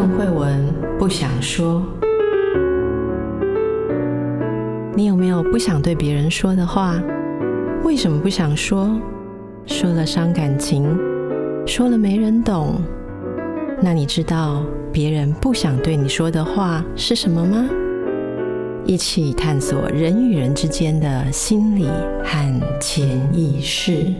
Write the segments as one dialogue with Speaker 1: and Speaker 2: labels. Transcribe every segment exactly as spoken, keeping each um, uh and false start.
Speaker 1: 郑慧文不想说。你有没有不想对别人说的话？为什么不想说？说了伤感情，说了没人懂。那你知道别人不想对你说的话是什么吗？一起探索人与人之间的心理和潜意识。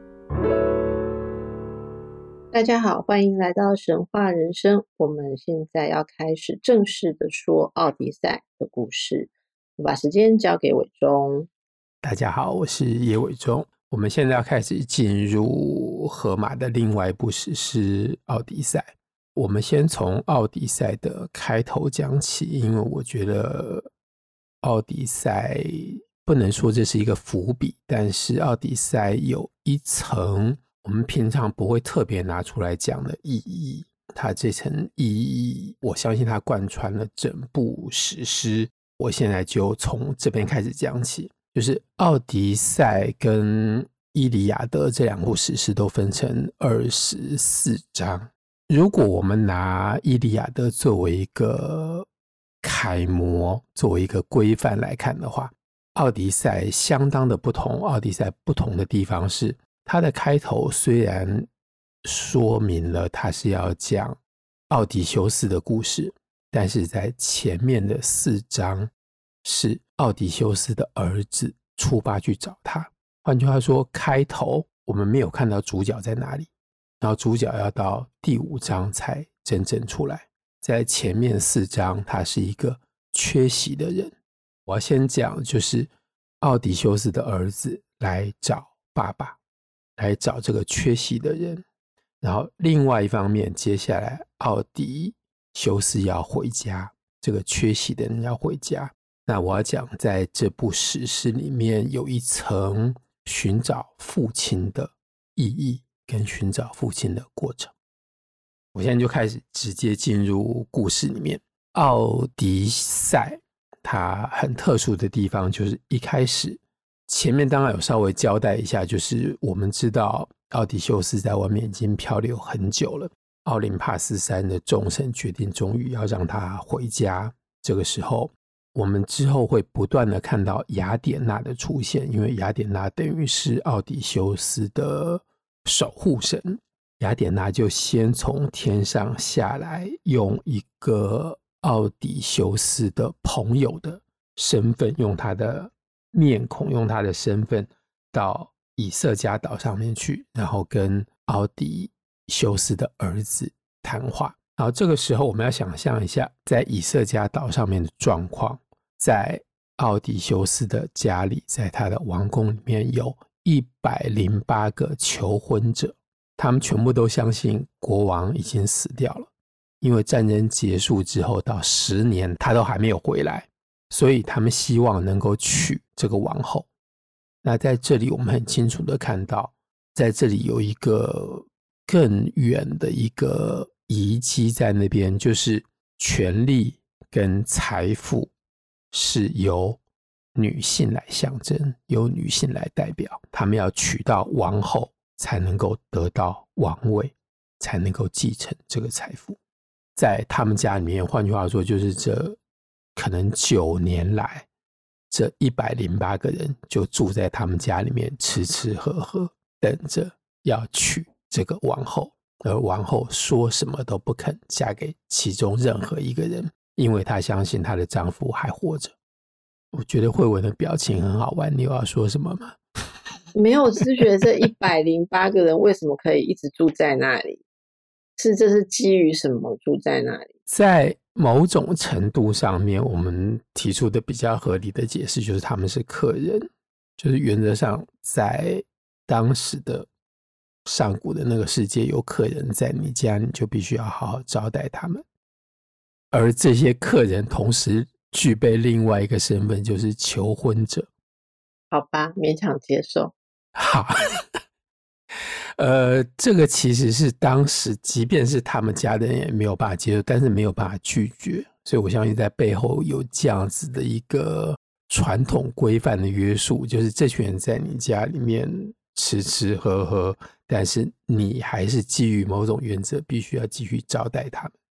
Speaker 1: 大家好，欢迎来到神话人生。我们现在要开始正式的说奥迪赛的故事。我把时间交给伟忠。
Speaker 2: 大家好，我是叶伟忠。我们现在要开始进入荷马的另外一部史诗《奥迪赛》。我们先从《奥迪赛》的开头讲起，因为我觉得《奥迪赛》不能说这是一个伏笔，但是《奥迪赛》有一层我们平常不会特别拿出来讲的意义。它这层意义，我相信它贯穿了整部史诗。我现在就从这边开始讲起，就是《奥迪赛》跟《伊利亚德》这两部史诗都分成二十四章。如果我们拿《伊利亚德》作为一个楷模，作为一个规范来看的话，《奥迪赛》相当的不同。《奥迪赛》不同的地方是，它的开头虽然说明了它是要讲奥迪修斯的故事，但是在前面的四章是奥迪修斯的儿子出发去找他。换句话说，开头我们没有看到主角在哪里，然后主角要到第五章才真正出来。在前面四章他是一个缺席的人。我要先讲就是奥迪修斯的儿子来找爸爸，来找这个缺席的人。然后另外一方面，接下来奥迪修斯要回家，这个缺席的人要回家。那我要讲在这部史诗里面有一层寻找父亲的意义跟寻找父亲的过程。我现在就开始直接进入故事里面。奥迪赛它很特殊的地方就是一开始前面当然有稍微交代一下，就是我们知道奥迪修斯在外面已经漂流很久了，奥林帕斯山的众神决定终于要让他回家。这个时候我们之后会不断的看到雅典娜的出现，因为雅典娜等于是奥迪修斯的守护神。雅典娜就先从天上下来，用一个奥迪修斯的朋友的身份，用他的面孔，用他的身份到以色加岛上面去，然后跟奥迪修斯的儿子谈话。然后这个时候我们要想象一下，在以色加岛上面的状况，在奥迪修斯的家里，在他的王宫里面有一百零八个求婚者，他们全部都相信国王已经死掉了，因为战争结束之后到十年他都还没有回来，所以他们希望能够娶这个王后。那在这里我们很清楚的看到，在这里有一个更远的一个遗迹在那边，就是权力跟财富是由女性来象征，由女性来代表，他们要娶到王后才能够得到王位，才能够继承这个财富。在他们家里面，换句话说就是这可能九年来这一百零八个人就住在他们家里面，吃吃喝喝，等着要娶这个王后。而王后说什么都不肯嫁给其中任何一个人，因为她相信她的丈夫还活着。我觉得慧文的表情很好玩，你有要说什么吗？
Speaker 1: 没有，只是觉得这一百零八个人为什么可以一直住在那里？是这是基于什么住在那里？
Speaker 2: 在某种程度上面，我们提出的比较合理的解释就是他们是客人，就是原则上在当时的上古的那个世界，有客人在你家，你就必须要好好招待他们。而这些客人同时具备另外一个身份，就是求婚者。
Speaker 1: 好吧，勉强接受。
Speaker 2: 好，呃，这个其实是当时即便是他们家的人也没有办法接受，但是没有办法拒绝，所以我相信在背后有这样子的一个传统规范的约束，就是这群人在你家里面吃吃喝喝，但是你还是基于某种原则必须要继续招待他们。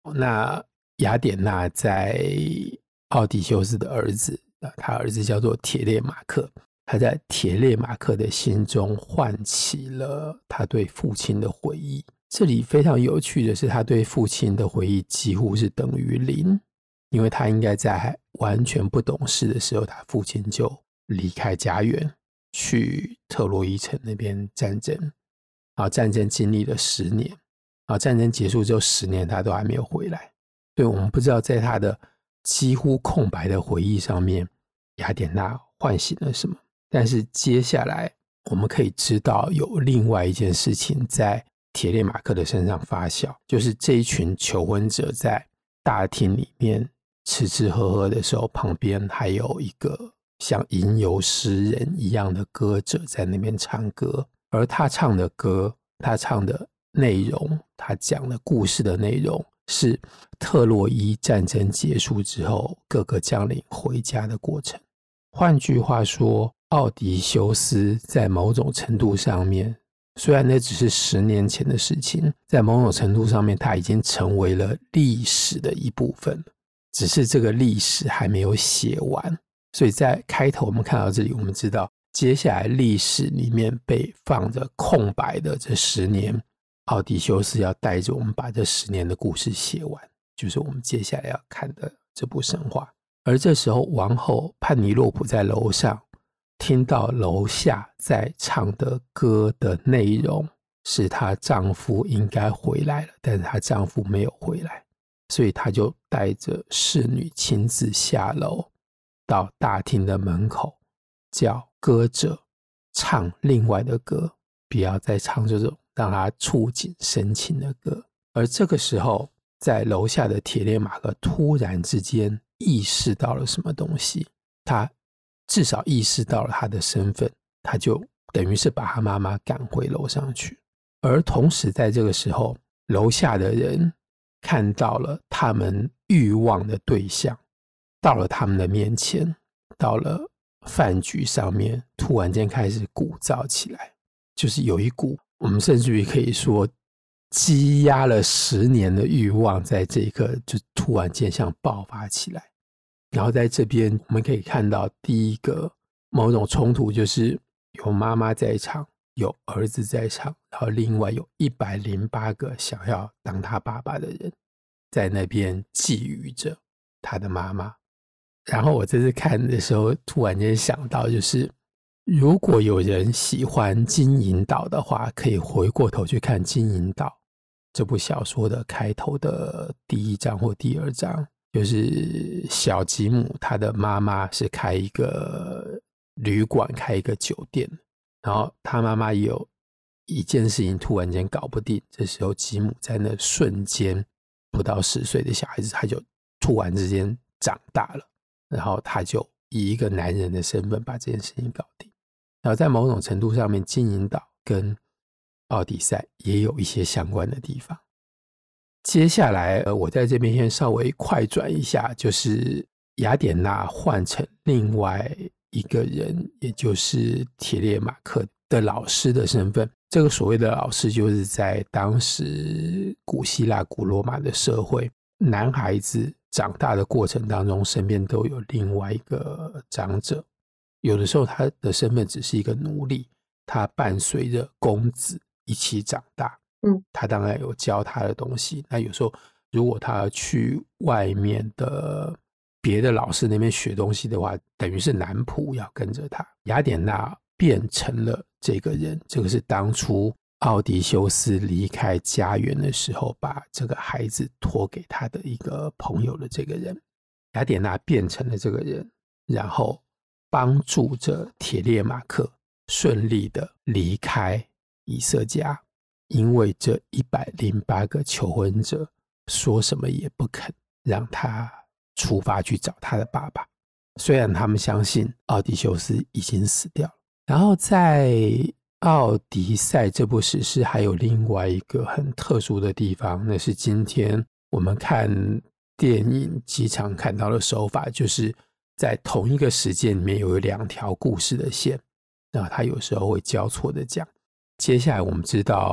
Speaker 2: 那雅典娜在奥狄修斯的儿子，他儿子叫做铁列马克，他在铁列马克的心中唤起了他对父亲的回忆。这里非常有趣的是，他对父亲的回忆几乎是等于零，因为他应该在完全不懂事的时候，他父亲就离开家园去特洛伊城那边战争，然后战争经历了十年，然后战争结束之后十年他都还没有回来。所以我们不知道在他的几乎空白的回忆上面，雅典娜唤醒了什么。但是接下来我们可以知道有另外一件事情在铁列马克的身上发酵，就是这一群求婚者在大厅里面吃吃喝喝的时候，旁边还有一个像吟游诗人一样的歌者在那边唱歌，而他唱的歌，他唱的内容，他讲的故事的内容是特洛伊战争结束之后各个将领回家的过程。换句话说，奥狄修斯在某种程度上面，虽然那只是十年前的事情，在某种程度上面他已经成为了历史的一部分了，只是这个历史还没有写完。所以在开头我们看到这里，我们知道接下来历史里面被放着空白的这十年，奥狄修斯要带着我们把这十年的故事写完，就是我们接下来要看的这部神话。而这时候王后潘尼洛普在楼上听到楼下在唱的歌的内容是她丈夫应该回来了，但是她丈夫没有回来，所以她就带着侍女亲自下楼到大厅的门口，叫歌者唱另外的歌，不要再唱这种让她触景生情的歌。而这个时候在楼下的铁列马克突然之间意识到了什么东西，他至少意识到了他的身份，他就等于是把他妈妈赶回楼上去。而同时在这个时候，楼下的人看到了他们欲望的对象到了他们的面前，到了饭局上面，突然间开始鼓噪起来，就是有一股我们甚至于可以说积压了十年的欲望在这一刻就突然间像爆发起来。然后在这边我们可以看到第一个某种冲突，就是有妈妈在场，有儿子在场，然后另外有一百零八个想要当他爸爸的人在那边觊觎着他的妈妈。然后我这次看的时候突然间想到，就是如果有人喜欢金银岛的话，可以回过头去看金银岛这部小说的开头的第一章或第二章，就是小吉姆他的妈妈是开一个旅馆，开一个酒店，然后他妈妈也有一件事情突然间搞不定，这时候吉姆在那瞬间，不到十岁的小孩子他就突然之间长大了，然后他就以一个男人的身份把这件事情搞定。然后在某种程度上面，金银岛跟奥迪赛也有一些相关的地方。接下来呃，我在这边先稍微快转一下，就是雅典娜换成另外一个人，也就是铁列马克的老师的身份。这个所谓的老师就是在当时古希腊古罗马的社会，男孩子长大的过程当中身边都有另外一个长者，有的时候他的身份只是一个奴隶，他伴随着公子一起长大，嗯，他当然有教他的东西。那有时候如果他去外面的别的老师那边学东西的话，等于是男仆要跟着他。雅典娜变成了这个人，这个是当初奥狄修斯离开家园的时候把这个孩子托给他的一个朋友的这个人。雅典娜变成了这个人，然后帮助着铁列马克顺利的离开以色家，因为这一百零八个求婚者说什么也不肯让他出发去找他的爸爸，虽然他们相信奥狄修斯已经死掉了。然后在奥迪赛这部史诗还有另外一个很特殊的地方，那是今天我们看电影经常看到的手法，就是在同一个时间里面有两条故事的线，那它有时候会交错的讲。接下来我们知道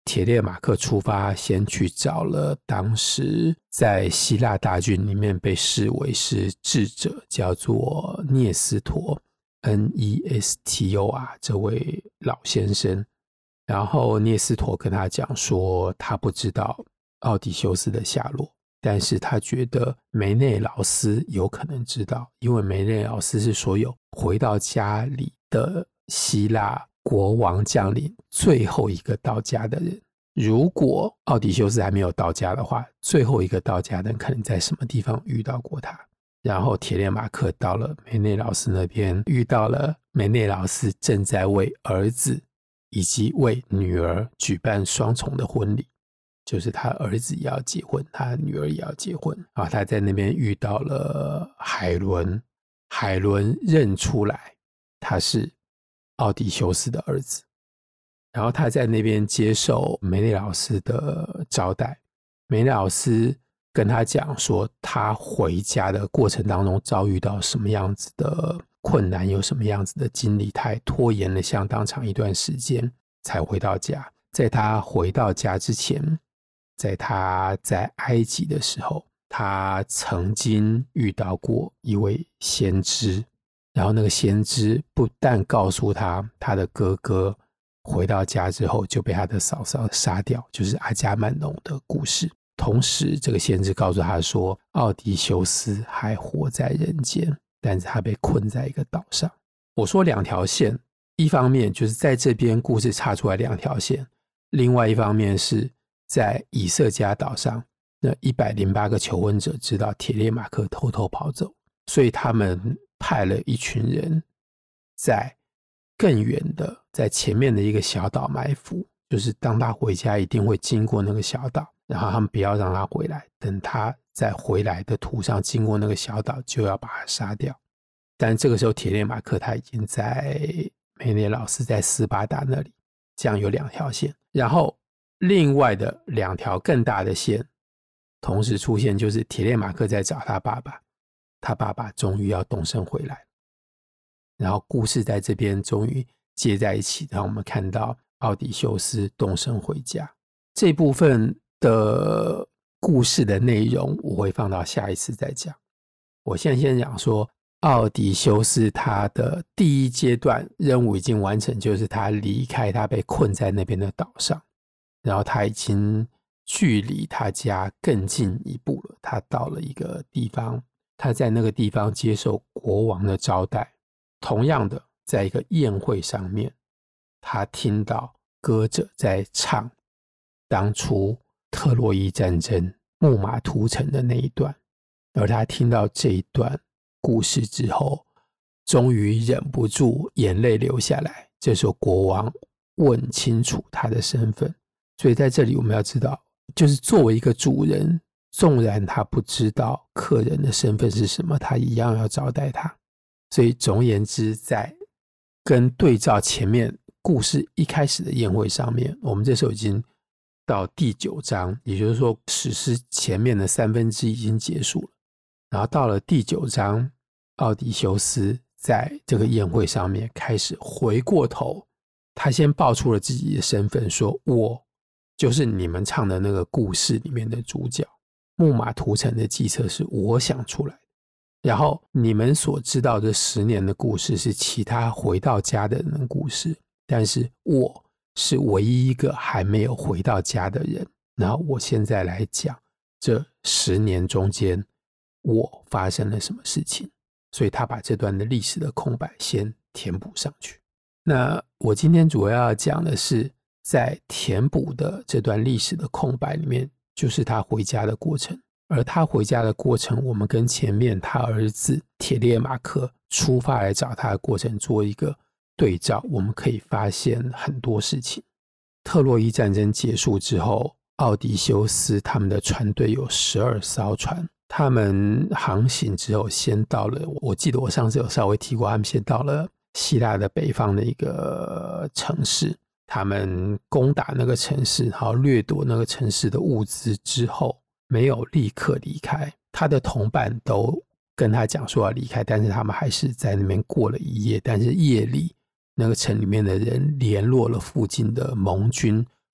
Speaker 2: 铁列马克出发，先去找了当时在希腊大军里面被视为是智者，叫做涅斯陀 N E S T O R 这位老先生。然后涅斯陀跟他讲说，他不知道奥迪修斯的下落，但是他觉得梅内劳斯有可能知道，因为梅内劳斯是所有回到家里的希腊国王将领最后一个到家的人。如果奥迪修斯还没有到家的话，最后一个到家的人可能在什么地方遇到过他。然后铁列马克到了梅内劳斯那边，遇到了梅内劳斯正在为儿子以及为女儿举办双重的婚礼，就是他儿子也要结婚，他女儿也要结婚啊。他在那边遇到了海伦，海伦认出来他是奥迪修斯的儿子，然后他在那边接受梅内劳斯的招待。梅内劳斯跟他讲说，他回家的过程当中遭遇到什么样子的困难，有什么样子的经历，他也拖延了相当长一段时间才回到家。在他回到家之前，在他在埃及的时候，他曾经遇到过一位先知，然后那个先知不但告诉他他的哥哥回到家之后就被他的嫂嫂杀掉，就是阿伽曼农的故事。同时这个先知告诉他说，奥迪修斯还活在人间，但是他被困在一个岛上。我说两条线，一方面就是在这边故事插出来两条线，另外一方面是在以色加岛上，那一百零八个求婚者知道铁列马克偷偷跑走，所以他们派了一群人在更远的，在前面的一个小岛埋伏，就是当他回家一定会经过那个小岛，然后他们不要让他回来，等他在回来的途上经过那个小岛就要把他杀掉。但这个时候铁列马克他已经在梅内劳斯在斯巴达那里，这样有两条线。然后另外的两条更大的线同时出现，就是铁列马克在找他爸爸，他爸爸终于要动身回来，然后故事在这边终于接在一起，让我们看到奥迪修斯动身回家。这部分的故事的内容我会放到下一次再讲。我现在先讲说，奥迪修斯他的第一阶段任务已经完成，就是他离开他被困在那边的岛上，然后他已经距离他家更近一步了。他到了一个地方，他在那个地方接受国王的招待。同样的，在一个宴会上面，他听到歌者在唱当初特洛伊战争木马屠城的那一段，而他听到这一段故事之后，终于忍不住眼泪流下来。这时候国王问清楚他的身份，所以在这里我们要知道，就是作为一个主人，纵然他不知道客人的身份是什么，他一样要招待他。所以总而言之，在跟对照前面故事一开始的宴会上面，我们这时候已经到第九章，也就是说史诗前面的三分之一已经结束了。然后到了第九章，奥迪修斯在这个宴会上面开始回过头，他先报出了自己的身份，说我就是你们唱的那个故事里面的主角，木马屠城的计策是我想出来的，然后你们所知道的十年的故事是其他回到家的人的故事，但是我是唯一一个还没有回到家的人。然后我现在来讲这十年中间我发生了什么事情，所以他把这段的历史的空白先填补上去。那我今天主要要讲的是，在填补的这段历史的空白里面，就是他回家的过程。而他回家的过程，我们跟前面他儿子铁列马克出发来找他的过程做一个对照，我们可以发现很多事情。特洛伊战争结束之后，奥迪修斯他们的船队有十二艘船，他们航行之后先到了，我记得我上次有稍微提过，他们先到了希腊的北方的一个城市，他们攻打那个城市，然后掠夺那个城市的物资之后，没有立刻离开，他的同伴都跟他讲说要离开，但是他们还是在那边过了一夜。但是夜里那个城里面的人联络了附近的盟军，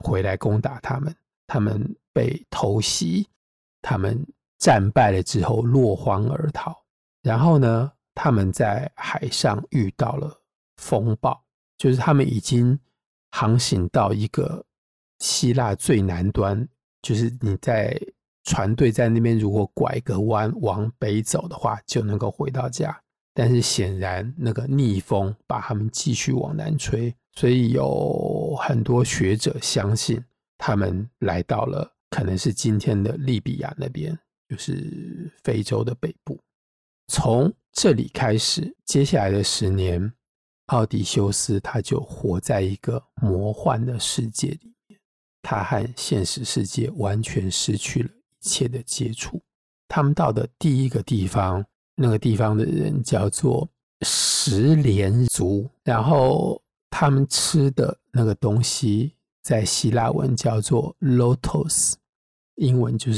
Speaker 2: 回来攻打他们，他们被偷袭，他们战败了之后落荒而逃。然后呢，他们在海上遇到了风暴，就是他们已经航行到一个希腊最南端，就是你在船队在那边如果拐个弯往北走的话就能够回到家，但是显然那个逆风把他们继续往南吹，所以有很多学者相信他们来到了可能是今天的利比亚那边，就是非洲的北部。从这里开始，接下来的十年，奥迪修斯他就活在一个魔幻的世界里面，他和现实世界完全失去了一切的接触。他们到的第一个地方，那个地方的人叫做石莲族，然后他们吃的那个东西在希腊文叫做 lotus， 英文就是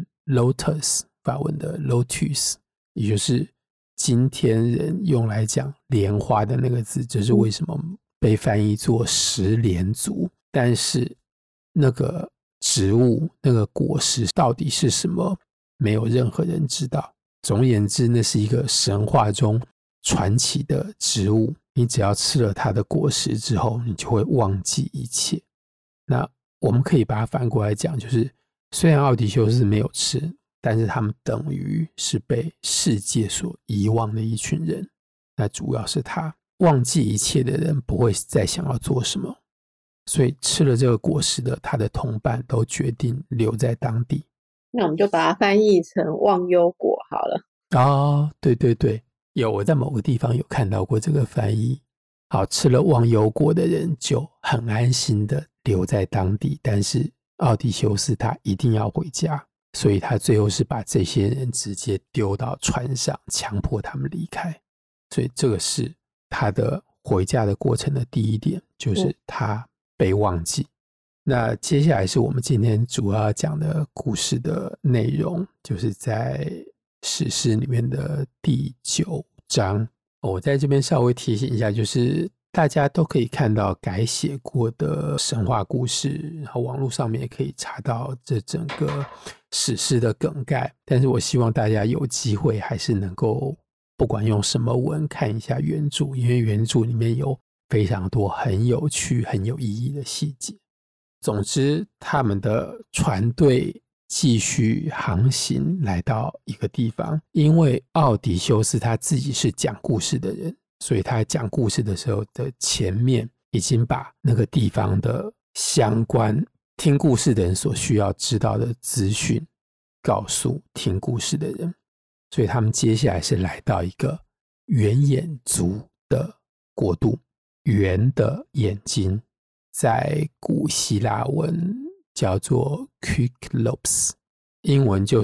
Speaker 2: lotus， 法文的 lotus， 也就是今天人用来讲莲花的那个字，这是为什么被翻译作石莲族。但是那个植物那个果实到底是什么，没有任何人知道。总而言之，那是一个神话中传奇的植物，你只要吃了它的果实之后，你就会忘记一切。那我们可以把它反过来讲，就是虽然奥迪修斯没有吃，但是他们等于是被世界所遗忘的一群人。那主要是他忘记一切的人不会再想要做什么，所以吃了这个果实的他的同伴都决定留在当地。
Speaker 3: 那我们就把它翻译成忘忧果好了。
Speaker 2: 哦，对对对，有，我在某个地方有看到过这个翻译。好，吃了忘忧果的人就很安心的留在当地，但是奥迪修斯他一定要回家，所以他最后是把这些人直接丢到船上，强迫他们离开。所以这个是他的回家的过程的第一点，就是他被忘记。嗯，那接下来是我们今天主要讲的故事的内容，就是在史诗里面的第九章。我在这边稍微提醒一下，就是大家都可以看到改写过的神话故事，然后网络上面也可以查到这整个史诗的梗概，但是我希望大家有机会还是能够不管用什么文看一下原著，因为原著里面有非常多很有趣很有意义的细节。总之他们的船队继续航行来到一个地方，因为奥迪修斯他自己是讲故事的人，所以他讲故事的时候的前面已经把那个地方的相关听故事的人所需要知道的资讯告诉听故事的人，所以他们接下来是来到一个圆眼族的国度。圆的眼睛在古希腊文叫做 Kyklopes， 英文就是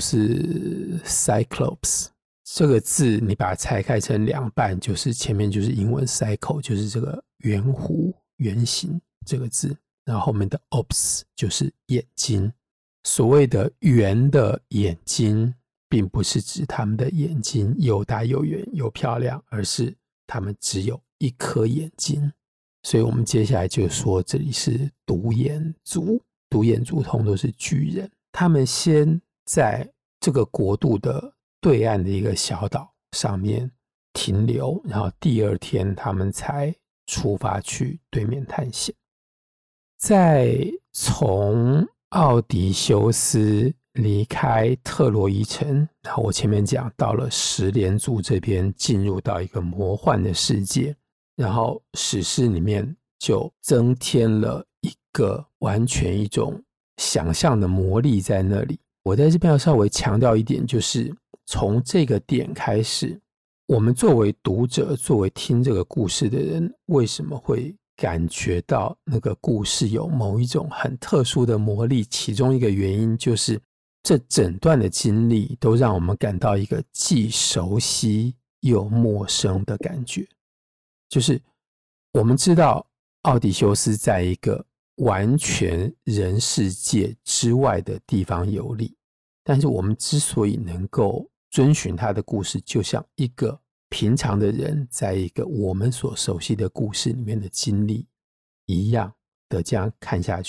Speaker 2: Cyclops。 这个字你把它拆开成两半，就是前面就是英文 cycle， 就是这个圆弧圆形这个字，然后后面的 ops 就是眼睛。所谓的圆的眼睛并不是指他们的眼睛又大又圆又漂亮，而是他们只有一颗眼睛。所以我们接下来就说这里是独眼族，独眼族通都是巨人。他们先在这个国度的对岸的一个小岛上面停留，然后第二天他们才出发去对面探险。在从奥迪修斯离开特洛伊城，然后我前面讲到了石莲族这边，进入到一个魔幻的世界，然后史诗里面就增添了一个完全一种想象的魔力在那里。我在这边要稍微强调一点，就是从这个点开始，我们作为读者，作为听这个故事的人，为什么会感觉到那个故事有某一种很特殊的魔力？其中一个原因就是这整段的经历都让我们感到一个既熟悉又陌生的感觉。就是我们知道奥迪修斯在一个完全人世界之外的地方游历，但是我们之所以能够遵循他的故事，就像一个平常的人在一个我们所熟悉的故事里面的经历一样的这样看下去，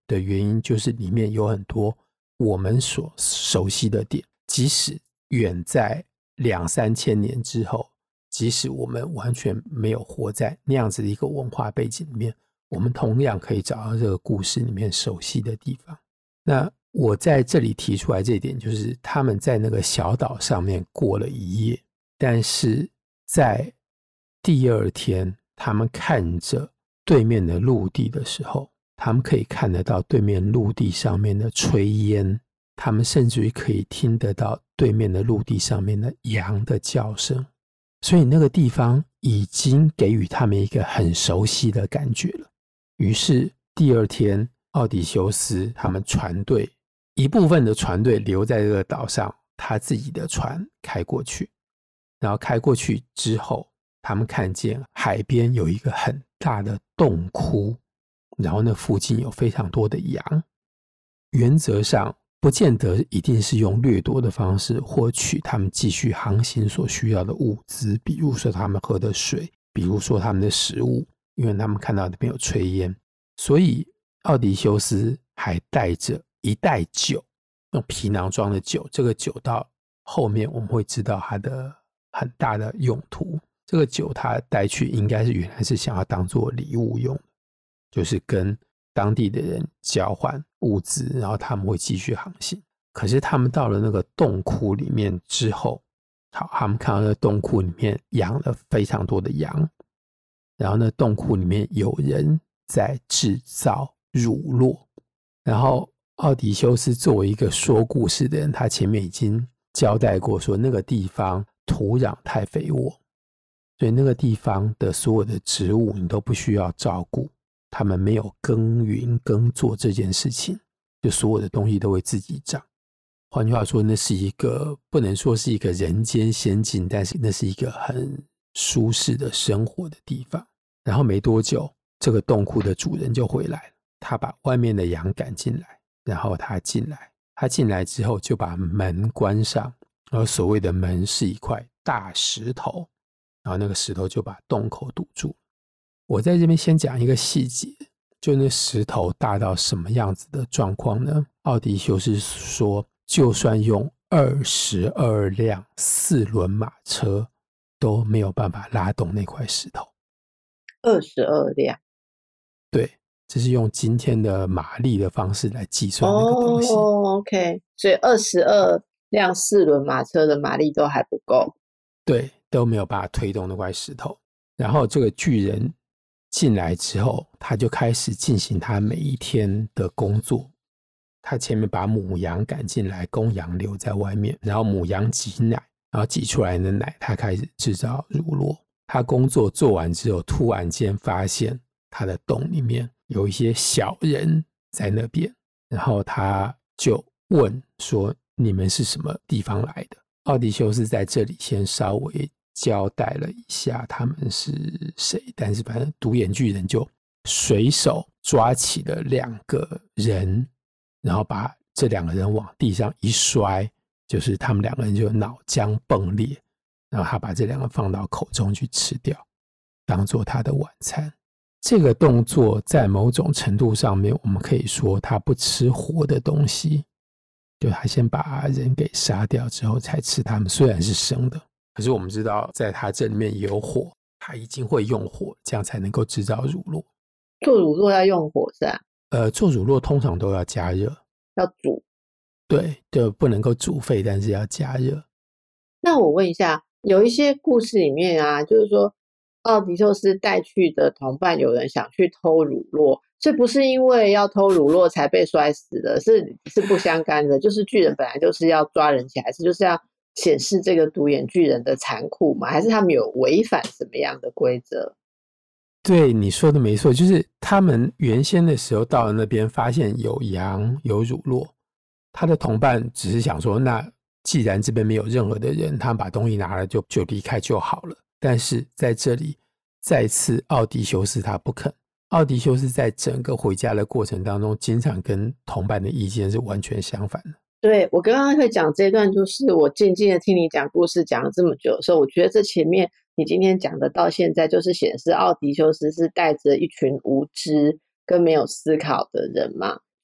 Speaker 2: 的原因，就是里面有很多我们所熟悉的点，即使远在两三千年之后，即使我们完全没有活在那样子的一个文化背景里面，我们同样可以找到这个故事里面熟悉的地方。那我在这里提出来这一点，就是他们在那个小岛上面过了一夜，但是在第二天他们看着对面的陆地的时候，他们可以看得到对面陆地上面的炊烟，他们甚至于可以听得到对面的陆地上面的羊的叫声，所以那个地方已经给予他们一个很熟悉的感觉了。于是第二天奥迪修斯他们船队一部分的船队留在这个岛上，他自己的船开过去，然后开过去之后，他们看见海边有一个很大的洞窟，然后那附近有非常多的羊。原则上不见得一定是用掠夺的方式获取他们继续航行所需要的物资，比如说他们喝的水，比如说他们的食物，因为他们看到那边有炊烟，所以奥迪修斯还带着一袋酒，用皮囊装的酒，这个酒到后面我们会知道它的很大的用途。这个酒他带去应该是原来是想要当做礼物用的，就是跟当地的人交换物资，然后他们会继续航行。可是他们到了那个洞窟里面之后，好，他们看到那个洞窟里面养了非常多的羊，然后那洞窟里面有人在制造乳酪，然后奥迪修斯作为一个说故事的人，他前面已经交代过说那个地方土壤太肥沃，所以那个地方的所有的植物你都不需要照顾，他们没有耕耘耕作这件事情，就所有的东西都会自己长。换句话说，那是一个不能说是一个人间仙境，但是那是一个很舒适的生活的地方。然后没多久，这个洞窟的主人就回来了，他把外面的羊赶进来，然后他进来，他进来之后就把门关上，而所谓的门是一块大石头，然后那个石头就把洞口堵住。我在这边先讲一个细节，就那石头大到什么样子的状况呢？奥迪修斯说，就算用二十二辆四轮马车都没有办法拉动那块石头。
Speaker 3: 二十二辆？
Speaker 2: 对，这是用今天的马力的方式来计算那个东西。
Speaker 3: 哦 OK， 所以二十二辆四轮马车的马力都还不够。
Speaker 2: 对，都没有办法推动那块石头。然后这个巨人进来之后，他就开始进行他每一天的工作。他前面把母羊赶进来，公羊留在外面，然后母羊挤奶，然后挤出来的奶他开始制造乳酪。他工作做完之后，突然间发现他的洞里面有一些小人在那边，然后他就问说，你们是什么地方来的？奥迪修斯在这里先稍微交代了一下他们是谁，但是反正独眼巨人就随手抓起了两个人，然后把这两个人往地上一摔，就是他们两个人就脑浆迸裂，然后他把这两个放到口中去吃掉，当做他的晚餐。这个动作在某种程度上面，我们可以说他不吃活的东西，就他先把人给杀掉之后才吃他们，虽然是生的，可是我们知道在他这里面有火，他已经会用火，这样才能够制造乳酪。
Speaker 3: 做乳酪要用火是吧？
Speaker 2: 呃，做乳酪通常都要加热，
Speaker 3: 要煮。
Speaker 2: 对，就不能够煮沸，但是要加热。
Speaker 3: 那我问一下，有一些故事里面啊，就是说奥迪修斯带去的同伴有人想去偷乳酪，这不是因为要偷乳酪才被摔死的，是是不相干的。就是巨人本来就是要抓人起来，还是就是要显示这个独眼巨人的残酷吗？还是他们有违反什么样的规则？
Speaker 2: 对，你说的没错，就是他们原先的时候到了那边发现有羊有乳酪，他的同伴只是想说，那既然这边没有任何的人，他们把东西拿了就就离开就好了。但是在这里再次奥迪修斯他不肯，奥迪修斯在整个回家的过程当中经常跟同伴的意见是完全相反的。
Speaker 3: 对，我刚刚会讲这一段，就是我静静的听你讲故事讲了这么久的时候，我觉得这前面你今天讲的到现在就是显示奥迪修斯是带着一群无知跟没有思考的人嘛，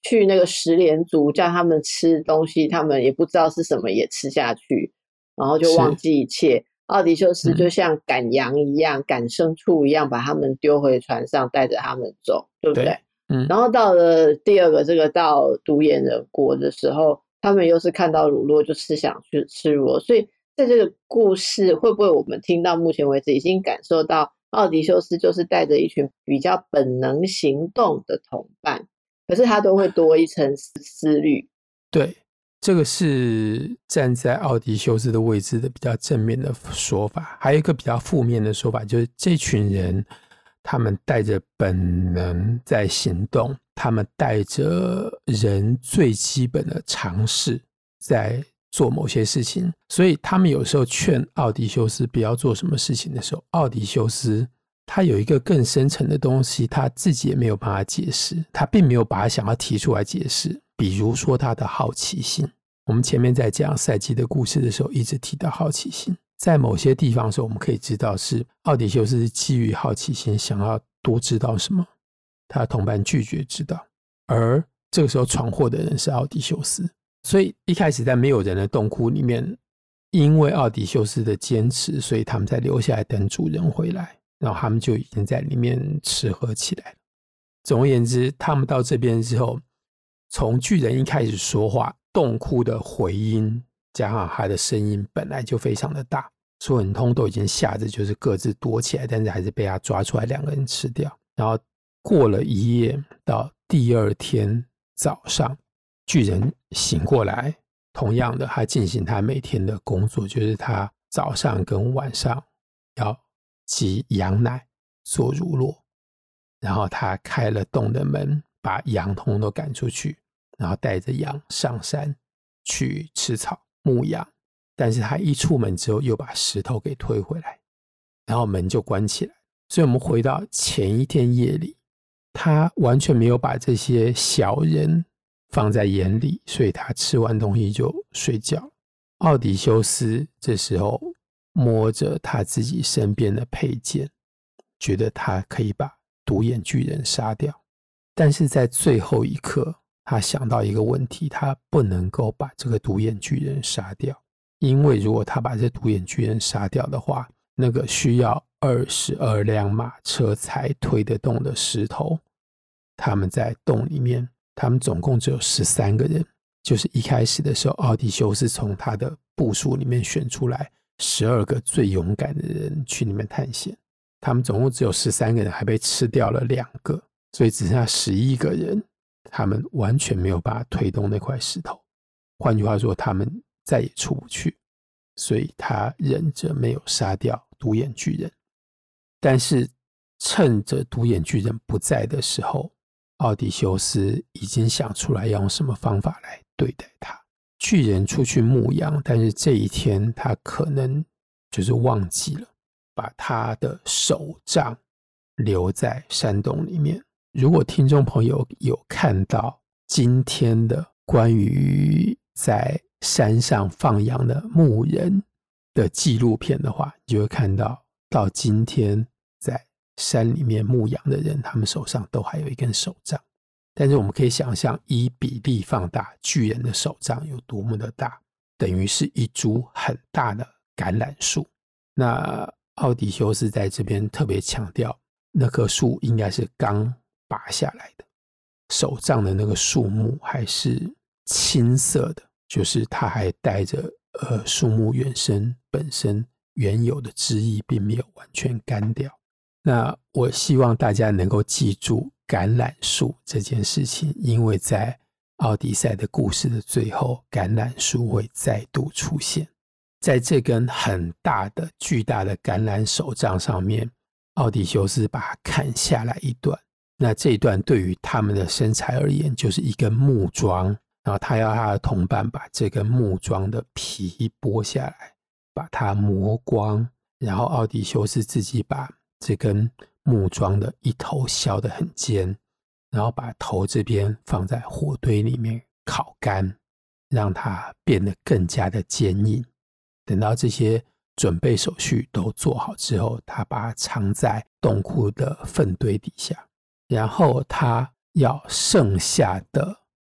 Speaker 3: 去那个食连族叫他们吃东西，他们也不知道是什么也吃下去，然后就忘记一切。奥迪修斯就像赶羊一样、嗯、赶牲畜一样把他们丢回船上，带着他们走，对不对？对嗯、然后到了第二个这个到独眼人国的时候，他们又是看到乳酪就是想去吃乳酪，所以在这个故事会不会我们听到目前为止已经感受到奥迪修斯就是带着一群比较本能行动的同伴，可是他都会多一层思虑。
Speaker 2: 对，这个是站在奥迪修斯的位置的比较正面的说法。还有一个比较负面的说法，就是这群人他们带着本能在行动，他们带着人最基本的常识在做某些事情，所以他们有时候劝奥迪修斯不要做什么事情的时候，奥迪修斯他有一个更深层的东西，他自己也没有办法解释，他并没有把他想要提出来解释。比如说他的好奇心，我们前面在讲赛姬的故事的时候一直提到好奇心，在某些地方的时候我们可以知道是奥迪修斯是基于好奇心想要多知道什么，他的同伴拒绝知道，而这个时候闯祸的人是奥迪修斯。所以一开始在没有人的洞窟里面，因为奥迪修斯的坚持，所以他们才留下来等主人回来，然后他们就已经在里面吃喝起来了。总而言之，他们到这边之后，从巨人一开始说话，洞窟的回音加上他的声音本来就非常的大，所有人通都已经吓着就是各自躲起来，但是还是被他抓出来两个人吃掉。然后过了一夜，到第二天早上巨人醒过来，同样的他进行他每天的工作，就是他早上跟晚上要挤羊奶做乳酪，然后他开了洞的门把羊通都赶出去，然后带着羊上山去吃草牧羊，但是他一出门之后又把石头给推回来，然后门就关起来。所以我们回到前一天夜里，他完全没有把这些小人放在眼里，所以他吃完东西就睡觉。奥迪修斯这时候摸着他自己身边的佩剑，觉得他可以把独眼巨人杀掉，但是在最后一刻他想到一个问题，他不能够把这个独眼巨人杀掉，因为如果他把这独眼巨人杀掉的话，那个需要二十二辆马车才推得动的石头，他们在洞里面，他们总共只有十三个人，就是一开始的时候奥迪修斯从他的部属里面选出来十二个最勇敢的人去里面探险，他们总共只有十三个人，还被吃掉了两个，所以只剩下十一个人，他们完全没有办法推动那块石头，换句话说他们再也出不去，所以他忍着没有杀掉独眼巨人。但是趁着独眼巨人不在的时候，奥迪修斯已经想出来要用什么方法来对待他。巨人出去牧羊，但是这一天他可能就是忘记了把他的手杖留在山洞里面。如果听众朋友有看到今天的关于在山上放羊的牧人的纪录片的话，你就会看到到今天在山里面牧羊的人，他们手上都还有一根手杖。但是我们可以想象以比例放大巨人的手杖有多么的大，等于是一株很大的橄榄树。那奥迪修斯在这边特别强调，那棵树应该是刚拔下来的，手杖的那个树木还是青色的，就是它还带着呃树木原生本身原有的枝叶，并没有完全干掉。那我希望大家能够记住橄榄树这件事情，因为在奥迪赛的故事的最后，橄榄树会再度出现。在这根很大的巨大的橄榄手杖上面，奥迪修斯把它砍下来一段，那这一段对于他们的身材而言就是一根木桩，然后他要他的同伴把这根木桩的皮剥下来，把它磨光，然后奥迪修斯自己把这根木桩的一头削得很尖，然后把头这边放在火堆里面烤干，让它变得更加的坚硬。等到这些准备手续都做好之后，他把它藏在洞窟的粪堆底下，然后他要剩下的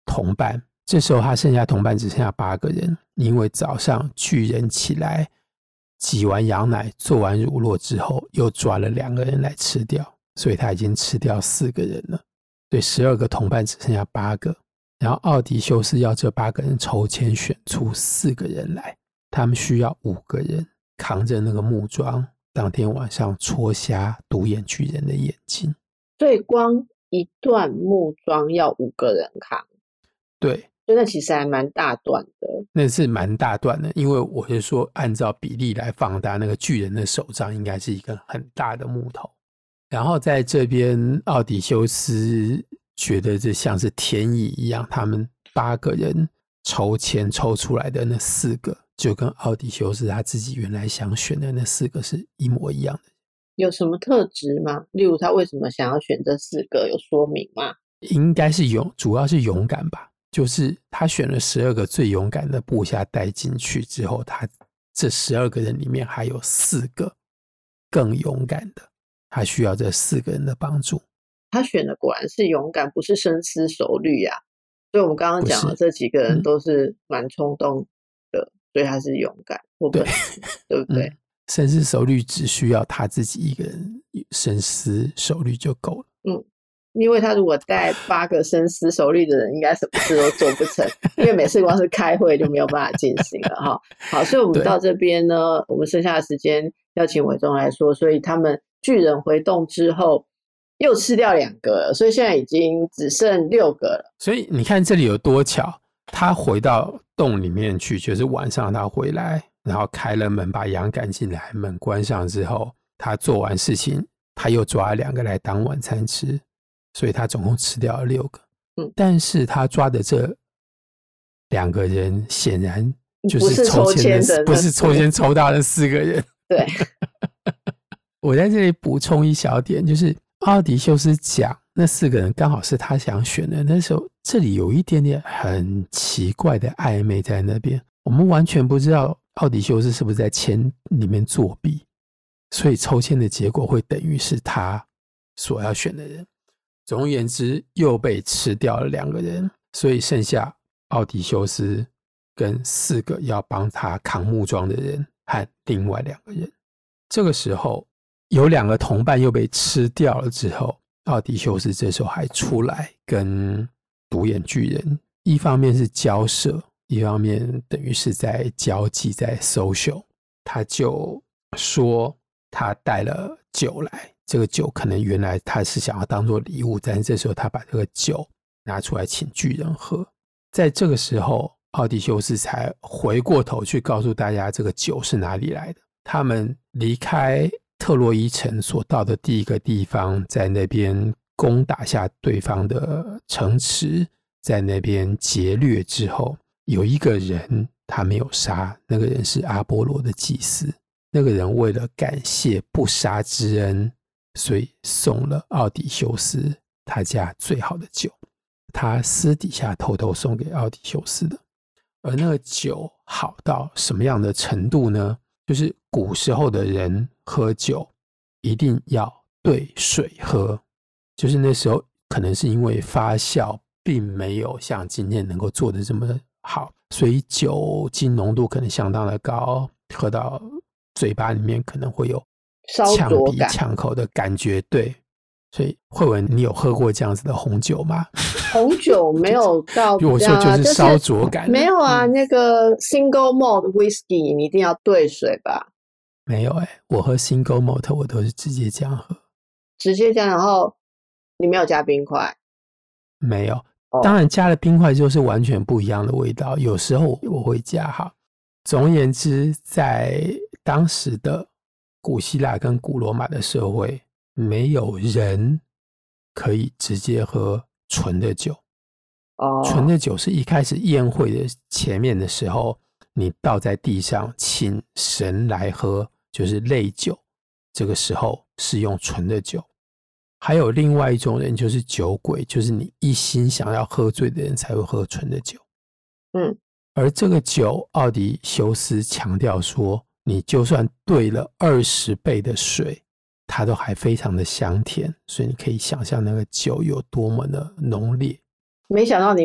Speaker 2: 同伴，这时候他剩下同伴只剩下八个人，因为早上巨人起来挤完羊奶做完乳酪之后又抓了两个人来吃掉，所以他已经吃掉四个人了，对，十二个同伴只剩下八个。然后奥迪修斯要这八个人抽签选出四个人来，他们需要五个人扛着那个木桩，当天晚上戳瞎独眼巨人的眼睛。
Speaker 3: 所以光一段木桩要五个人扛，
Speaker 2: 对，
Speaker 3: 所以那其实还蛮大段的。
Speaker 2: 那是蛮大段的，因为我是说按照比例来放大，那个巨人的手杖应该是一个很大的木头。然后在这边奥迪修斯觉得这像是天意一样，他们八个人抽签抽出来的那四个就跟奥迪修斯他自己原来想选的那四个是一模一样的。
Speaker 3: 有什么特质吗？例如他为什么想要选这四个，有说明吗？
Speaker 2: 应该是勇，主要是勇敢吧，就是他选了十二个最勇敢的部下带进去之后，他这十二个人里面还有四个更勇敢的，他需要这四个人的帮助。
Speaker 3: 他选的果然是勇敢，不是深思熟虑啊。所以我们刚刚讲的这几个人都是蛮冲动的、嗯、所以他是勇敢，或对对不对、嗯、
Speaker 2: 深思熟虑只需要他自己一个人深思熟虑就够了。
Speaker 3: 嗯，因为他如果带八个深思熟虑的人，应该什么事都做不成，因为每次光是开会就没有办法进行了哈。好，所以我们到这边呢，我们剩下的时间要请伟忠来说，所以他们巨人回洞之后又吃掉两个了，所以现在已经只剩六个了。
Speaker 2: 所以你看这里有多巧，他回到洞里面去，就是晚上他回来，然后开了门把羊赶进来，门关上之后，他做完事情他又抓了两个来当晚餐吃，所以他总共吃掉了六个。嗯，但是他抓的这两个人显然就是抽签的，不是抽签抽到了四个人。
Speaker 3: 对，
Speaker 2: 我在这里补充一小点，就是奥迪修斯讲那四个人刚好是他想选的，那时候这里有一点点很奇怪的暧昧在那边，我们完全不知道奥迪修斯是不是在签里面作弊，所以抽签的结果会等于是他所要选的人。总而言之又被吃掉了两个人，所以剩下奥迪修斯跟四个要帮他扛木桩的人和另外两个人。这个时候有两个同伴又被吃掉了之后，奥迪修斯这时候还出来跟独眼巨人一方面是交涉，一方面等于是在交际，在 social。 他就说他带了酒来，这个酒可能原来他是想要当做礼物，但是这时候他把这个酒拿出来请巨人喝。在这个时候奥迪修斯才回过头去告诉大家这个酒是哪里来的。他们离开特洛伊城所到的第一个地方，在那边攻打下对方的城池，在那边劫掠之后，有一个人他没有杀，那个人是阿波罗的祭司。那个人为了感谢不杀之恩，所以送了奥迪修斯他家最好的酒，他私底下偷偷送给奥迪修斯的。而那个酒好到什么样的程度呢？就是古时候的人喝酒一定要兑水喝，就是那时候可能是因为发酵并没有像今天能够做得这么好，所以酒精浓度可能相当的高，喝到嘴巴里面可能会有呛鼻呛口的感觉。对，所以慧文你有喝过这样子的红酒吗？
Speaker 3: 红酒没有到
Speaker 2: 我说就是烧灼感、
Speaker 3: 就是、没有啊、嗯、那个 single malt whisky 你一定要兑水吧？
Speaker 2: 没有欸，我喝 single malt 我都是直接这样喝。
Speaker 3: 直接这样，然后你没有加冰块？
Speaker 2: 没有、哦、当然加了冰块就是完全不一样的味道，有时候我会加哈。总而言之，在当时的古希腊跟古罗马的社会，没有人可以直接喝纯的酒。哦，纯的酒是一开始宴会的前面的时候，你倒在地上请神来喝，就是类酒，这个时候是用纯的酒。还有另外一种人就是酒鬼，就是你一心想要喝醉的人才会喝纯的酒。嗯，而这个酒奥迪修斯强调说，你就算兑了二十倍的水，它都还非常的香甜，所以你可以想象那个酒有多么的浓烈。
Speaker 3: 没想到你会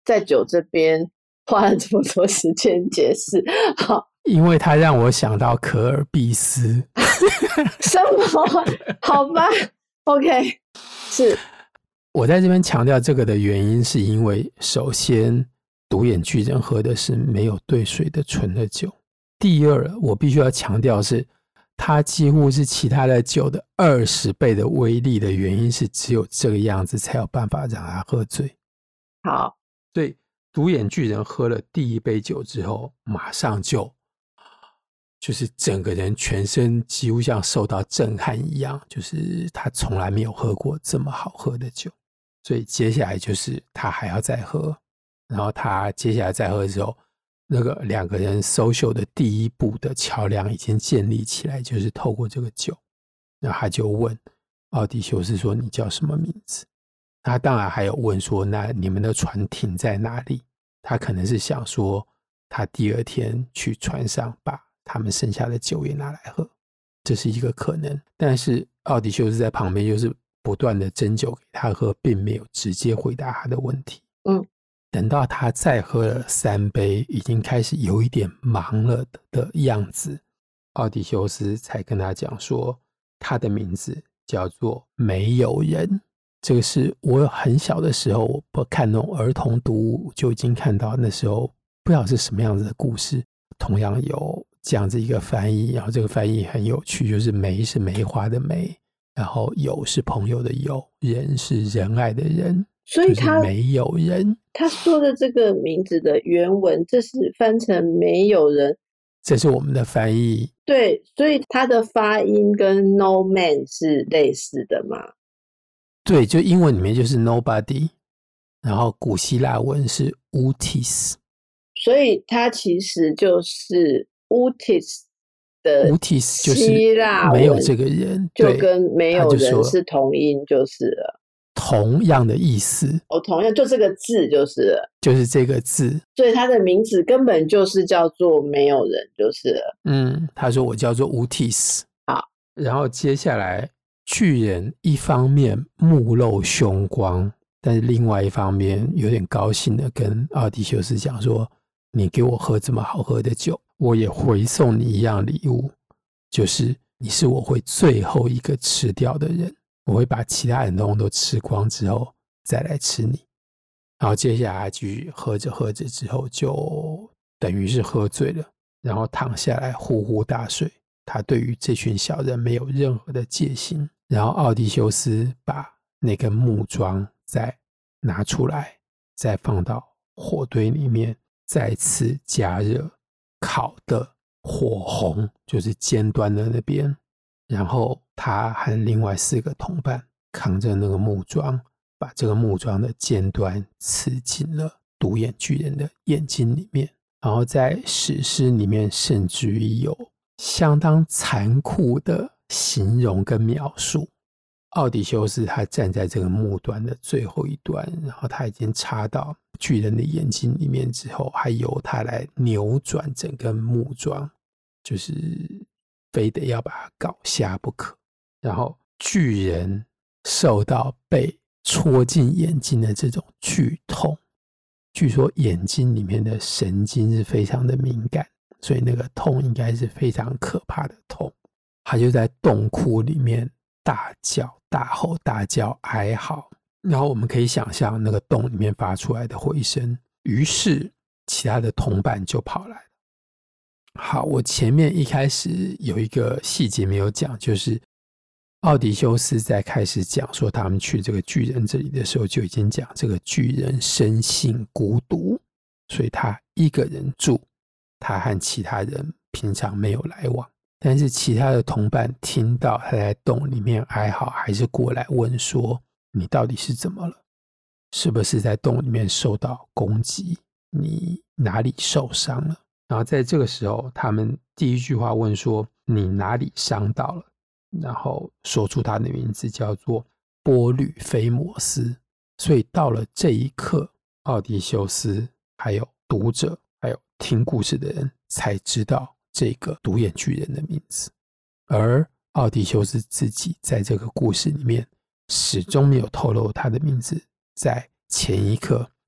Speaker 3: 在酒这边花了这么多时间解释？好，
Speaker 2: 因为他让我想到可尔必斯。
Speaker 3: 什么？好吧 ，OK， 是。
Speaker 2: 我在这边强调这个的原因，是因为首先独眼巨人喝的是没有兑水的纯的酒。第二，我必须要强调是，它几乎是其他的酒的二十倍的威力的原因是，只有这个样子才有办法让他喝醉。
Speaker 3: 好，
Speaker 2: 所以独眼巨人喝了第一杯酒之后，马上就就是整个人全身几乎像受到震撼一样，就是他从来没有喝过这么好喝的酒。所以接下来就是他还要再喝，然后他接下来再喝的时候，那个两个人 social 的第一步的桥梁已经建立起来，就是透过这个酒。然后他就问奥迪修斯说：“你叫什么名字？”他当然还有问说：“那你们的船停在哪里？”他可能是想说，他第二天去船上把他们剩下的酒也拿来喝，这是一个可能。但是奥迪修斯在旁边就是不断的斟酒给他喝，并没有直接回答他的问题。
Speaker 3: 嗯，
Speaker 2: 等到他再喝了三杯，已经开始有一点忙了的样子，奥迪修斯才跟他讲说，他的名字叫做没有人。这个是我很小的时候，我看那种儿童读物就已经看到，那时候不知道是什么样子的故事，同样有这样子一个翻译，然后这个翻译很有趣，就是梅是梅花的梅，然后友是朋友的友，人是仁爱的人，
Speaker 3: 所以他、
Speaker 2: 就是、没有人。
Speaker 3: 他说的这个名字的原文，这是翻成没有人，
Speaker 2: 这是我们的翻译。
Speaker 3: 对，所以他的发音跟 no man 是类似的嘛？
Speaker 2: 对，就英文里面就是 nobody， 然后古希腊文是 outis，
Speaker 3: 所以它其实就是 outis 的
Speaker 2: outis 就是
Speaker 3: 希腊文，
Speaker 2: 没有这个人，
Speaker 3: 就跟没有人是同音就是了，
Speaker 2: 同样的意思
Speaker 3: 哦，同样就这个字就是了，
Speaker 2: 就是这个字，
Speaker 3: 所以他的名字根本就是叫做没有人就是了。
Speaker 2: 嗯，他说我叫做 outis。
Speaker 3: 好，
Speaker 2: 然后接下来巨人一方面目露凶光，但是另外一方面有点高兴的跟奥迪修斯讲说，你给我喝这么好喝的酒，我也回送你一样礼物，就是你是我会最后一个吃掉的人，我会把其他人的东西都吃光之后再来吃你。然后接下来继续喝着喝着之后就等于是喝醉了，然后躺下来呼呼大睡。他对于这群小人没有任何的戒心。然后奥迪修斯把那根木桩再拿出来，再放到火堆里面，再次加热，烤的火红，就是尖端的那边。然后他和另外四个同伴扛着那个木桩，把这个木桩的尖端刺进了独眼巨人的眼睛里面。然后在史诗里面甚至于有相当残酷的形容跟描述。奥迪修斯他站在这个木端的最后一端，然后他已经插到巨人的眼睛里面之后，还由他来扭转整根木桩，就是非得要把它搞瞎不可。然后巨人受到被戳进眼睛的这种剧痛，据说眼睛里面的神经是非常的敏感，所以那个痛应该是非常可怕的痛。他就在洞窟里面大叫大吼大叫哀嚎，然后我们可以想象那个洞里面发出来的回声。于是其他的同伴就跑来了。好，我前面一开始有一个细节没有讲，就是奥迪修斯在开始讲说他们去这个巨人这里的时候，就已经讲这个巨人生性孤独，所以他一个人住，他和其他人平常没有来往。但是其他的同伴听到他在洞里面哀嚎，还是过来问说，你到底是怎么了？是不是在洞里面受到攻击？你哪里受伤了？然后在这个时候，他们第一句话问说，你哪里伤到了？然后说出他的名字叫做波吕菲摩斯。所以到了这一刻，奥迪修斯还有读者还有听故事的人才知道这个独眼巨人的名字。而奥迪修斯自己在这个故事里面始终没有透露他的名字，在前一刻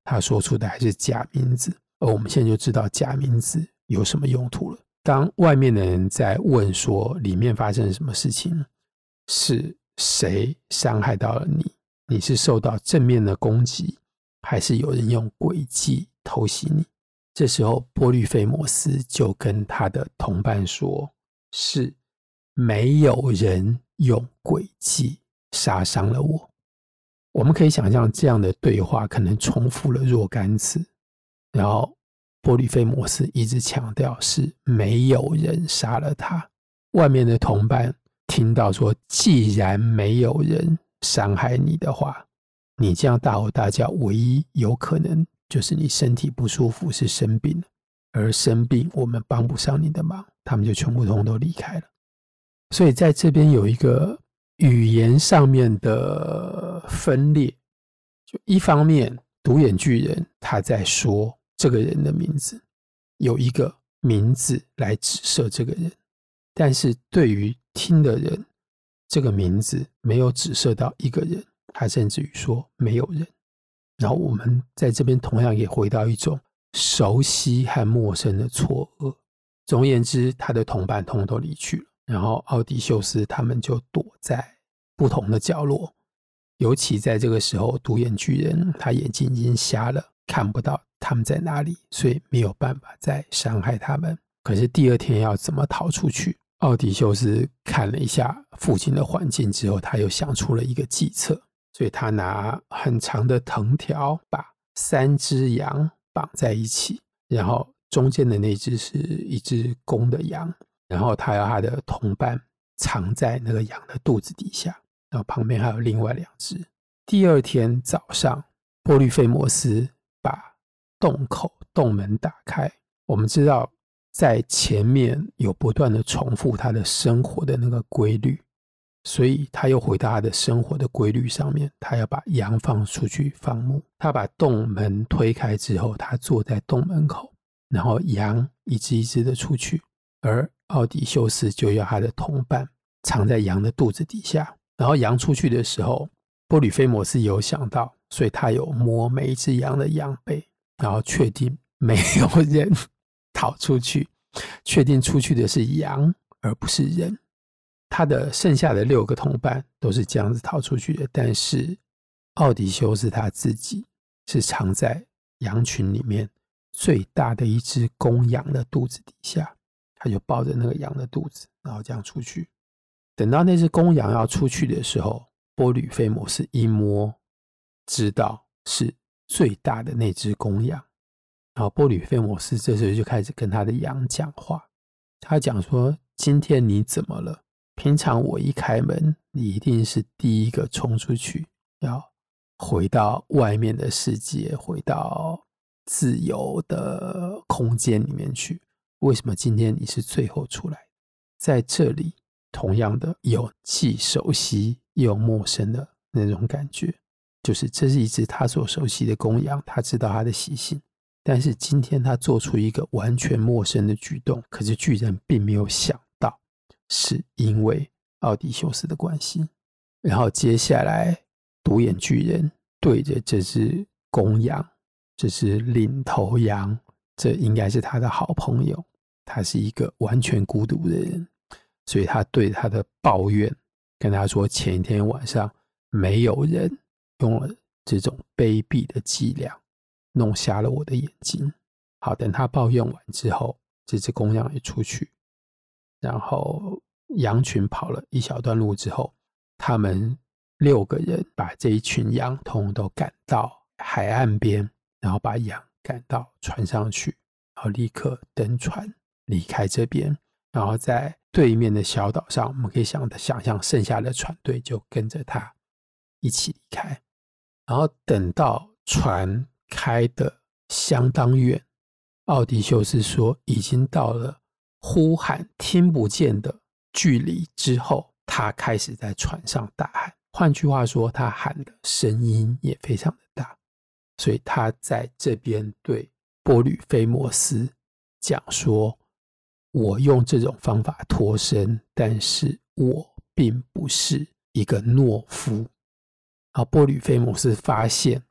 Speaker 2: 他说出的还是假名字，而我们现在就知道假名字有什么用途了。当外面的人在问说里面发生什么事情，是谁伤害到了你，你是受到正面的攻击，还是有人用诡计偷袭你？这时候波律菲摩斯就跟他的同伴说，是没有人用诡计杀伤了我。我们可以想象这样的对话可能重复了若干次，然后波律菲摩斯一直强调是没有人杀了他。外面的同伴听到说，既然没有人伤害你的话，你这样大吼大叫，唯一有可能就是你身体不舒服，是生病了，而生病我们帮不上你的忙，他们就全部通都离开了。所以在这边有一个语言上面的分裂，就一方面独眼巨人他在说这个人的名字，有一个名字来指涉这个人，但是对于听的人，这个名字没有指涉到一个人，他甚至于说没有人。然后我们在这边同样也回到一种熟悉和陌生的错愕。总而言之，他的同伴通通都离去了，然后奥迪修斯他们就躲在不同的角落。尤其在这个时候，独眼巨人他眼睛已经瞎了，看不到他们在哪里，所以没有办法再伤害他们。可是第二天要怎么逃出去？奥迪修斯看了一下附近的环境之后，他又想出了一个计策，所以他拿很长的藤条把三只羊绑在一起，然后中间的那只是一只公的羊，然后他要他的同伴藏在那个羊的肚子底下，然后旁边还有另外两只。第二天早上，波律菲摩斯把洞口洞门打开。我们知道在前面有不断的重复他的生活的那个规律，所以他又回到他的生活的规律上面，他要把羊放出去放牧。他把洞门推开之后，他坐在洞门口，然后羊一只一只的出去，而奥迪修斯就要他的同伴藏在羊的肚子底下。然后羊出去的时候，波吕菲摩斯有想到，所以他有摸每一只羊的羊背，然后确定没有人逃出去，确定出去的是羊而不是人。他的剩下的六个同伴都是这样子逃出去的，但是奥迪修斯他自己是藏在羊群里面最大的一只公羊的肚子底下，他就抱着那个羊的肚子，然后这样出去。等到那只公羊要出去的时候，波吕菲摩斯一摸知道是最大的那只公羊，然后波吕菲摩斯这时候就开始跟他的羊讲话。他讲说，今天你怎么了？平常我一开门，你一定是第一个冲出去，要回到外面的世界，回到自由的空间里面去。为什么今天你是最后出来？在这里同样的有既熟悉又陌生的那种感觉，就是这是一只他所熟悉的公羊，他知道他的习性，但是今天他做出一个完全陌生的举动，可是巨人并没有想到是因为奥迪修斯的关系。然后接下来独眼巨人对着这只公羊，这是领头羊，这应该是他的好朋友，他是一个完全孤独的人，所以他对他的抱怨跟他说，前一天晚上没有人用了这种卑鄙的伎俩弄瞎了我的眼睛。好，等他抱怨完之后，这只公羊也出去，然后羊群跑了一小段路之后，他们六个人把这一群羊通通都赶到海岸边，然后把羊赶到船上去，然后立刻登船离开这边。然后在对面的小岛上，我们可以想想象剩下的船队就跟着他一起离开。然后等到船开的相当远，奥迪修斯说已经到了呼喊听不见的距离之后，他开始在船上大喊。换句话说，他喊的声音也非常的大，所以他在这边对波吕菲摩斯讲说，我用这种方法脱身，但是我并不是一个懦夫。然后波吕菲摩斯发现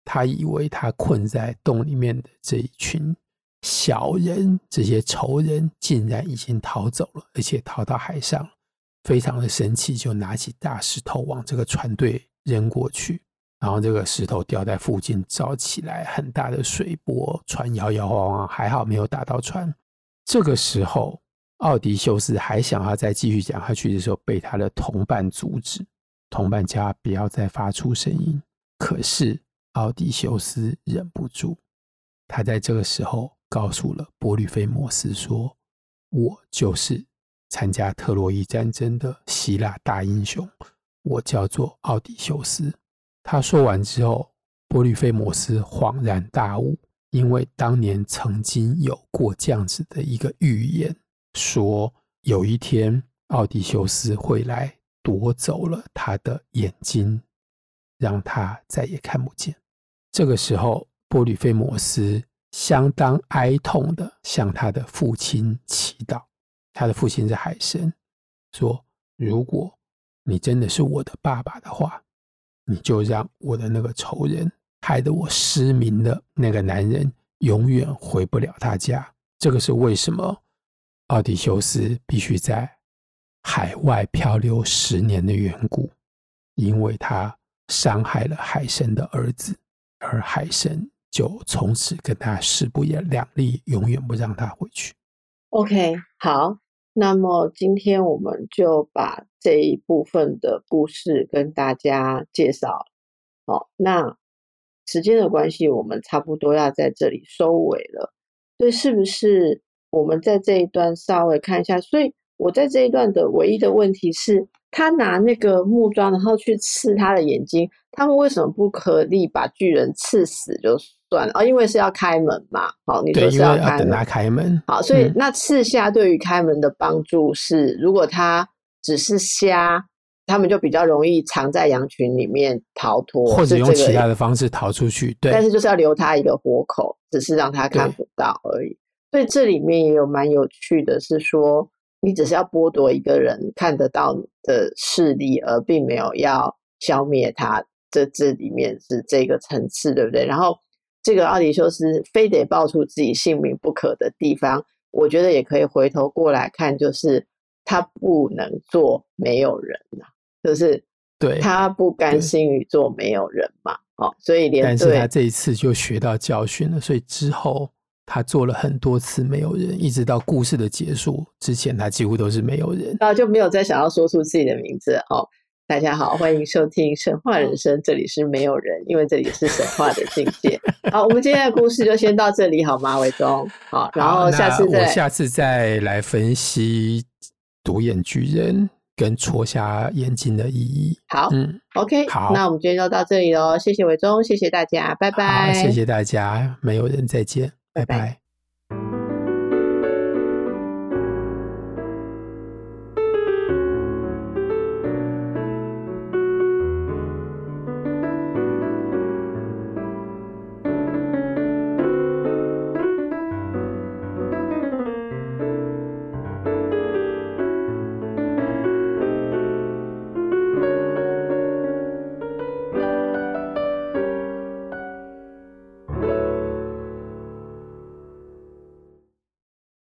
Speaker 2: 他以为他困在洞里面的这一群小人，这些仇人竟然已经逃走了，而且逃到海上，非常的生气，就拿起大石头往这个船队扔过去，然后这个石头掉在附近照起来很大的水波，船摇摇晃晃，还好没有打到船。这个时候奥迪修斯还想要再继续讲下去的时候，被他的同伴阻止，同伴叫他不要再发出声音，可是奥迪修斯忍不住，他在这个时候告诉了波吕菲摩斯说，我就是参加特洛伊战争的希腊大英雄，我叫做奥迪修斯。他说完之后，波吕菲摩斯恍然大悟，因为当年曾经有过这样子的一个预言，说有一天奥迪修斯会来夺走了他的眼睛，让他再也看不见。这个时候波吕菲摩斯相当哀痛的向他的父亲祈祷，他的父亲是海神，说如果你真的是我的爸爸的话，你就让我的那个仇人害得我失明的那个男人永远回不了他家。这个是为什么奥迪修斯必须在海外漂流十年的缘故，因为他伤害了海神的儿子，而海神就从此跟他势不两立，永远不让他回去。
Speaker 3: OK， 好，那么今天我们就把这一部分的故事跟大家介绍。好，那时间的关系，我们差不多要在这里收尾了。所以是不是我们在这一段稍微看一下？所以我在这一段的唯一的问题是，他拿那个木桩然后去刺他的眼睛，他们为什么不可以把巨人刺死就算了？哦，因为是要开门嘛。好，你说是要开门，
Speaker 2: 对，因为要等他开门。
Speaker 3: 好，所以那刺瞎对于开门的帮助是，如果他只是瞎，他们就比较容易藏在羊群里面逃脱，
Speaker 2: 或者用其他的方式逃出去。对，
Speaker 3: 但是就是要留他一个活口，只是让他看不到而已。所以这里面也有蛮有趣的是说，你只是要剥夺一个人看得到的视力，而并没有要消灭他，这这里面是这个层次，对不对？然后这个奥迪修斯非得报出自己性命不可的地方，我觉得也可以回头过来看，就是他不能做没有人啊，就是他不甘心于做没有人嘛。哦，所以连
Speaker 2: 但是他这一次就学到教训了，所以之后他做了很多次没有人，一直到故事的结束之前，他几乎都是没有人，
Speaker 3: 然后就没有再想要说出自己的名字。哦，大家好，欢迎收听神话人生，这里是没有人，因为这里是神话的境界。好，我们今天的故事就先到这里好吗，伟忠？好，然后下次再
Speaker 2: 我下次再来分析独眼巨人跟戳瞎眼睛的意义。
Speaker 3: 好，嗯 ，OK， 好，那我们今天就到这里咯，谢谢伟忠，谢谢大家，拜拜。
Speaker 2: 好，谢谢大家，没有人再见，拜拜。拜拜。